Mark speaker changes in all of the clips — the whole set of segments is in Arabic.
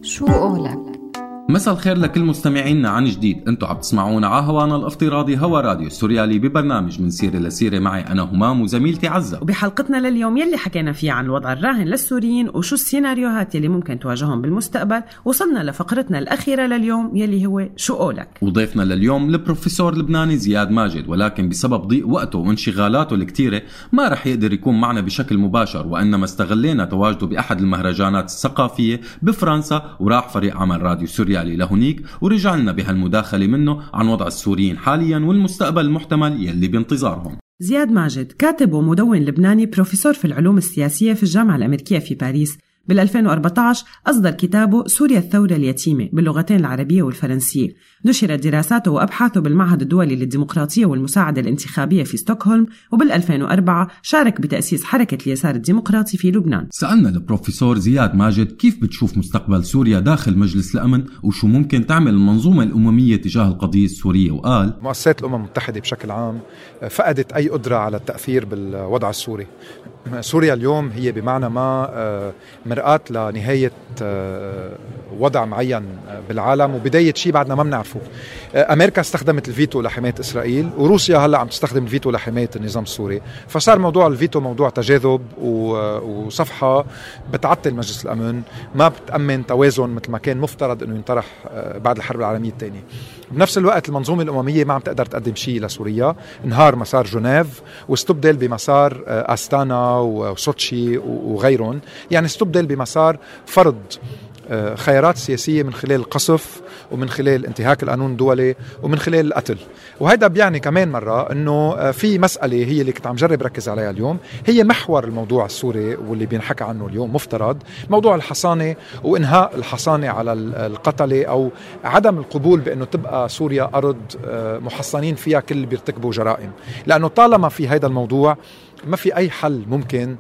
Speaker 1: شو قولك؟
Speaker 2: مساء الخير لكل مستمعينا عن جديد. انتوا عم تسمعونا على هوانا الافتراضي هوا راديو السوريالي ببرنامج من سيرة لسيرة معي أنا همام وزميلتي عزة.
Speaker 3: وبحلقتنا لليوم يلي حكينا فيها عن الوضع الراهن للسوريين وشو السيناريوهات يلي ممكن تواجههم بالمستقبل، وصلنا لفقرتنا الأخيرة لليوم يلي هو شو قولك.
Speaker 2: وضيفنا لليوم البروفيسور اللبناني زياد ماجد، ولكن بسبب ضيق وقته وانشغالاته الكتيرة ما رح يقدر يكون معنا بشكل مباشر، وإنما استغلينا تواجده بأحد المهرجانات الثقافية بفرنسا، وراح فريق عمل راديو سوريالي لهنيك ورجع لنا بهالمداخلة منه عن وضع السوريين حاليا والمستقبل المحتمل يلي بانتظارهم.
Speaker 3: زياد ماجد كاتب ومدون لبناني، بروفيسور في العلوم السياسية في الجامعة الأمريكية في باريس. بال2014 أصدر كتابه سوريا الثورة اليتيمة باللغتين العربية والفرنسية. نشرت دراساته وأبحاثه بالمعهد الدولي للديمقراطية والمساعدة الانتخابية في ستوكهولم، وبال2004 شارك بتأسيس حركة اليسار الديمقراطي في لبنان.
Speaker 2: سألنا البروفيسور زياد ماجد كيف بتشوف مستقبل سوريا داخل مجلس الأمن وشو ممكن تعمل المنظومة الأممية تجاه القضية السورية، وقال:
Speaker 4: مؤسسات الأمم المتحدة بشكل عام فقدت أي قدرة على التأثير بالوضع السوري. سوريا اليوم هي بمعنى ما مرآة لنهاية وضع معين بالعالم وبداية شيء بعدنا ما بنعرفه. أمريكا استخدمت الفيتو لحماية إسرائيل، وروسيا هلأ عم تستخدم الفيتو لحماية النظام السوري، فصار موضوع الفيتو موضوع تجاذب وصفحة بتعطل مجلس الأمن، ما بتأمن توازن مثل ما كان مفترض أنه ينطرح بعد الحرب العالمية الثانية. بنفس الوقت المنظومة الأممية ما عم تقدر تقدم شيء لسوريا، انهار مسار جنيف واستبدل بمسار أستانا وسوتشي وغيرهم، يعني استبدل بمسار فرض خيارات سياسية من خلال القصف ومن خلال انتهاك القانون الدولي ومن خلال القتل. وهذا بيعني كمان مرة أنه في مسألة هي اللي كنت عم جرب ركز عليها اليوم، هي محور الموضوع السوري واللي بينحكى عنه اليوم مفترض موضوع الحصانة وإنهاء الحصانة على القتلة، أو عدم القبول بأنه تبقى سوريا أرض محصنين فيها كل اللي بيرتكبوا جرائم، لأنه طالما في هذا الموضوع ما في أي حل ممكن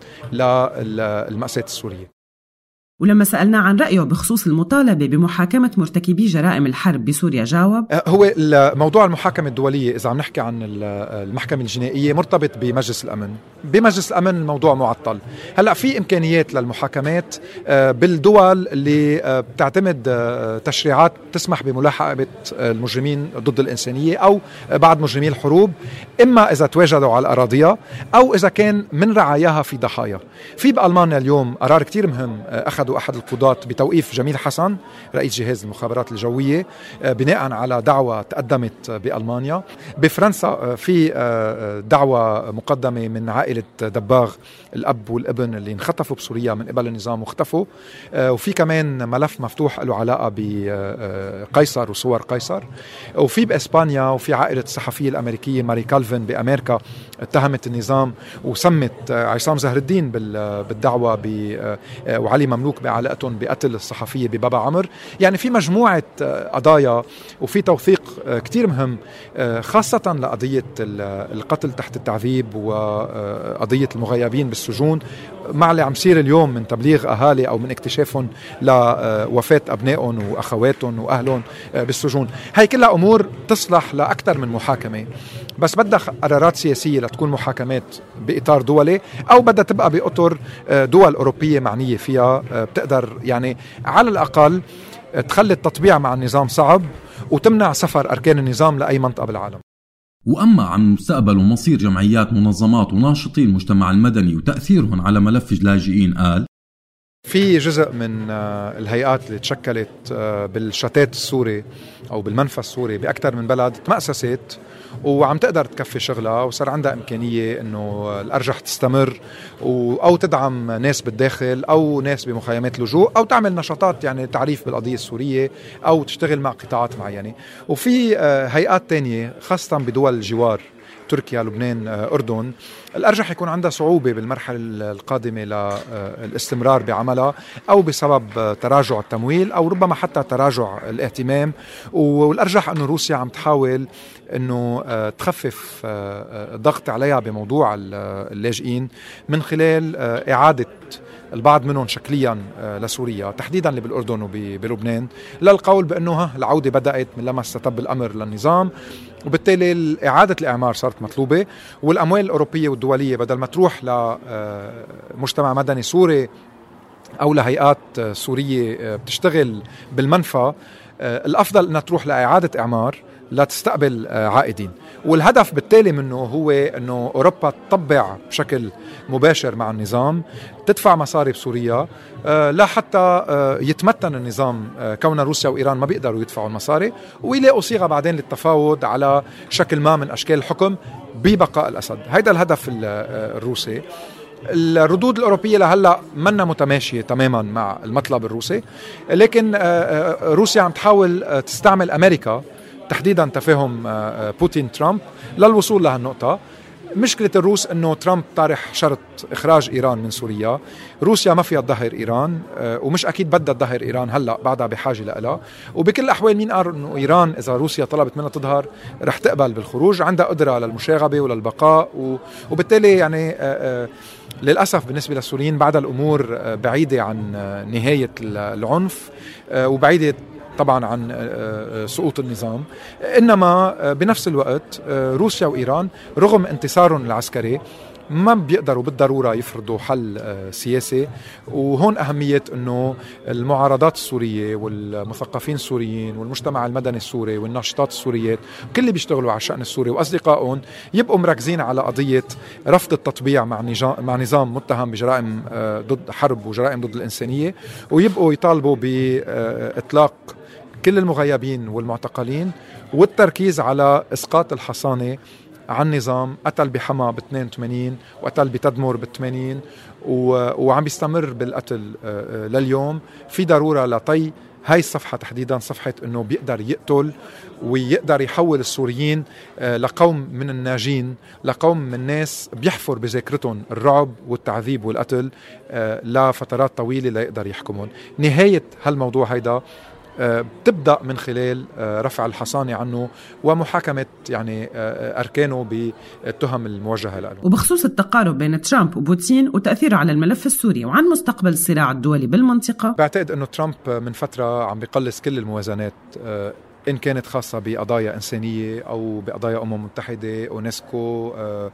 Speaker 4: للمأساة السورية.
Speaker 3: ولما سألنا عن رأيه بخصوص المطالبة بمحاكمة مرتكبي جرائم الحرب بسوريا جاوب:
Speaker 4: هو موضوع المحاكمة الدولية إذا عم نحكي عن المحكمة الجنائية مرتبط بمجلس الأمن. بمجلس الأمن الموضوع معطل. هلأ في إمكانيات للمحاكمات بالدول اللي بتعتمد تشريعات تسمح بملاحقة المجرمين ضد الإنسانية أو بعض مجرمي الحروب، إما إذا تواجدوا على أراضيها أو إذا كان من رعاياها في ضحايا. في بألمانيا اليوم قرار كتير مهم أخذوا أحد القضاة بتوقيف جميل حسن رئيس جهاز المخابرات الجوية بناء على دعوة تقدمت بألمانيا. بفرنسا في دعوة مقدمة من عائلة دباغ، الأب والابن اللي انخطفوا بسوريا من قبل النظام واختفوا، وفي كمان ملف مفتوح له علاقة بقيصر وصور قيصر. وفي بإسبانيا وفي عائلة الصحفية الأمريكية ماري كالفن بأمريكا اتهمت النظام وسمت عصام زهر الدين بالدعوة وعلي مملوك بعلاقتهم بقتل الصحفية ببابا عمر. يعني في مجموعة قضايا وفي توثيق كتير مهم، خاصة لقضية القتل تحت التعذيب وقضية المغيبين بالسجون، مع اللي عم يصير اليوم من تبليغ أهالي أو من اكتشافهم لوفاة أبنائهم وأخواتهم وأهلهم بالسجون. هاي كلها أمور تصلح لأكثر من محاكمة، بس بدها قرارات سياسية لتكون محاكمات بإطار دولي، أو بدها تبقى بإطار دول أوروبية معنية فيها بتقدر يعني على الأقل تخلي التطبيع مع النظام صعب وتمنع سفر أركان النظام لأي منطقة بالعالم.
Speaker 2: وأما عن مستقبل ومصير جمعيات منظمات وناشطي المجتمع المدني وتأثيرهم على ملف اللاجئين، قال:
Speaker 4: في جزء من الهيئات اللي تشكلت بالشتات السوري أو بالمنفى السوري بأكثر من بلد تمأسست وعم تقدر تكفي شغلها، وصار عندها إمكانية أنه الأرجح تستمر أو تدعم ناس بالداخل أو ناس بمخيمات لجوء أو تعمل نشاطات يعني تعريف بالقضية السورية أو تشتغل مع قطاعات معينة. وفي هيئات تانية خاصة بدول الجوار، تركيا، لبنان، أردن، الأرجح يكون عندها صعوبة بالمرحلة القادمة للاستمرار بعملها، أو بسبب تراجع التمويل أو ربما حتى تراجع الاهتمام. والأرجح أنه روسيا عم تحاول أنه تخفف الضغط عليها بموضوع اللاجئين من خلال إعادة البعض منهم شكليا لسوريا، تحديدا اللي بالأردن وبلبنان، للقول بأنه العودة بدأت من لما استتب الأمر للنظام، وبالتالي إعادة الإعمار صارت مطلوبة. والأموال الأوروبية والدولية بدل ما تروح لمجتمع مدني سوري أو لهيئات سورية بتشتغل بالمنفى، الأفضل أنها تروح لإعادة إعمار لا تستقبل عائدين. والهدف بالتالي منه هو أنه أوروبا تطبع بشكل مباشر مع النظام، تدفع مصاري بسوريا لا حتى يتمتن النظام، كون روسيا وإيران ما بيقدروا يدفعوا المصاري، ويلاقوا صيغة بعدين للتفاوض على شكل ما من أشكال الحكم ببقاء الأسد. هيدا الهدف الروسي. الردود الأوروبية لهلأ منا متماشية تماما مع المطلب الروسي، لكن روسيا عم تحاول تستعمل أمريكا تحديدا تفاهم بوتين ترامب للوصول لهالنقطة. مشكلة الروس أنه ترامب طارح شرط إخراج إيران من سوريا. روسيا ما فيها تظهر إيران، ومش أكيد بدها تظهر إيران هلأ، بعدها بحاجة لها. وبكل الأحوال مين قال أنه إيران إذا روسيا طلبت منها تظهر رح تقبل بالخروج؟ عندها قدرة للمشاغبة وللبقاء، وبالتالي يعني للأسف بالنسبة للسوريين بعد الأمور بعيدة عن نهاية العنف، وبعيدة طبعا عن سقوط النظام. إنما بنفس الوقت روسيا وإيران رغم انتصارهم العسكري ما بيقدروا بالضرورة يفرضوا حل سياسي. وهون أهمية أنه المعارضات السورية والمثقفين السوريين والمجتمع المدني السوري والناشطات السوريات وكل اللي بيشتغلوا على الشأن السوري وأصدقائهم يبقوا مركزين على قضية رفض التطبيع مع نظام متهم بجرائم ضد حرب وجرائم ضد الإنسانية، ويبقوا يطالبوا بإطلاق كل المغيبين والمعتقلين والتركيز على إسقاط الحصانة عن نظام قتل بحما ب82 وقتل بتدمر ب80 وعم بيستمر بالقتل لليوم. في ضرورة لطي هاي الصفحة تحديدا، صفحة انه بيقدر يقتل ويقدر يحول السوريين لقوم من الناجين، لقوم من الناس بيحفر بذاكرتهم الرعب والتعذيب والقتل لفترات طويلة لا يقدر يحكمهم. نهاية هالموضوع هيدا بتبدأ من خلال رفع الحصانة عنه ومحاكمة يعني أركانه بالتهم الموجهة له.
Speaker 3: وبخصوص التقارب بين ترامب وبوتين وتأثيره على الملف السوري وعن مستقبل الصراع الدولي بالمنطقة،
Speaker 4: بعتقد أنه ترامب من فترة عم بيقلص كل الموازنات إن كانت خاصة بقضايا إنسانية أو بقضايا متحدة، أونسكو،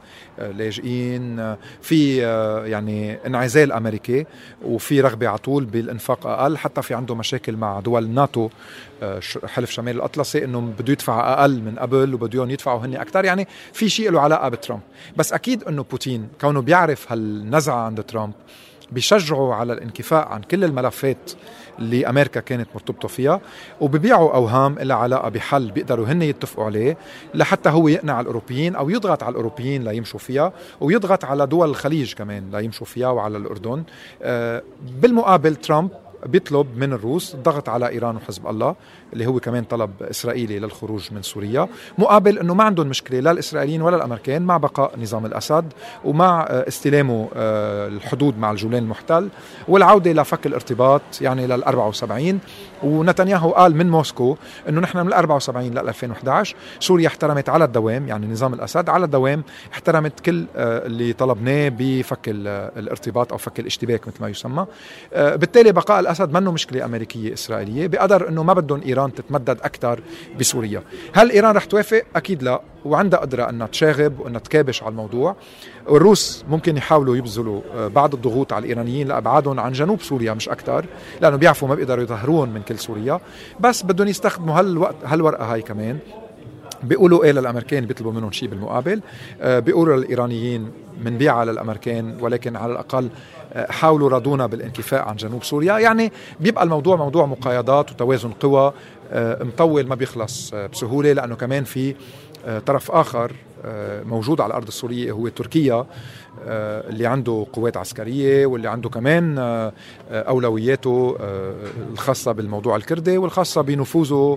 Speaker 4: لاجئين، في يعني انعزال أمريكي وفي رغبة عطول بالإنفاق أقل. حتى في عنده مشاكل مع دول ناتو حلف شمال الأطلسي إنه بده يدفع أقل من قبل وبدهم يدفعوا هني أكتر. يعني في شيء له علاقة بترامب. بس أكيد إنه بوتين كونه بيعرف هالنزعة عند ترامب بيشجعوا على الانكفاء عن كل الملفات اللي أمريكا كانت مرتبطة فيها، وبيبيعوا أوهام إلى علاقة بحل بيقدروا هن يتفقوا عليه لحتى هو يقنع الأوروبيين أو يضغط على الأوروبيين لا يمشوا فيها، ويضغط على دول الخليج كمان لا يمشوا فيها وعلى الأردن. بالمقابل ترامب بيطلب من الروس الضغط على إيران وحزب الله اللي هو كمان طلب إسرائيلي للخروج من سوريا، مقابل أنه ما عندهم مشكلة لا الإسرائيليين ولا الأمريكان مع بقاء نظام الأسد ومع استلامه الحدود مع الجولان المحتل والعودة لفك الارتباط يعني لل74. ونتنياهو قال من موسكو أنه نحن من ال74 لل2011 سوريا احترمت على الدوام، يعني نظام الأسد على الدوام احترمت كل اللي طلبناه بفك الارتباط أو فك الاشتباك مثل ما يسمى. بالتالي بقاء الأسد منه مشكلة أمريكية إسرائيلية، بقدر أنه ما بدهم إيران تتمدد أكثر بسوريا. هل إيران رح توافق؟ أكيد لا، وعندها قدرة أنها تشاغب وأنها تكابش على الموضوع. والروس ممكن يحاولوا يبذلوا بعض الضغوط على الإيرانيين لأبعادهم عن جنوب سوريا مش أكتر، لأنه بيعرفوا ما بيقدروا يظهرون من كل سوريا، بس بدهم يستخدموا هالورقة هاي كمان. بيقولوا إيه للأمريكان بيطلبوا منهم شيء بالمقابل، بيقولوا للإيرانيين منبيعها للأمريكان ولكن على الأقل حاولوا ردونا بالانكفاء عن جنوب سوريا. يعني بيبقى الموضوع موضوع مقايضات وتوازن قوى مطول ما بيخلص بسهولة، لأنه كمان في طرف آخر موجود على الأرض السورية هو تركيا اللي عنده قوات عسكرية واللي عنده كمان أولوياته الخاصة بالموضوع الكردي والخاصة بنفوذه.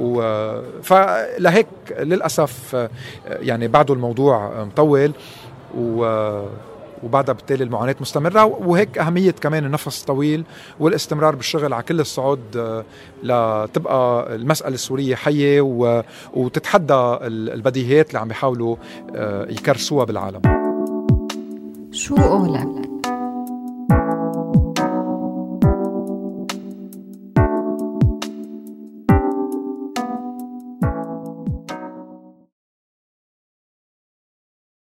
Speaker 4: فلهيك للأسف يعني بعده الموضوع مطول وبعدها بالتالي المعاناة مستمرة، وهيك أهمية كمان النفس الطويل والاستمرار بالشغل على كل الصعود لتبقى المسألة السورية حية وتتحدى البديهيات اللي عم بيحاولوا يكرسوها بالعالم.
Speaker 1: شو قولك؟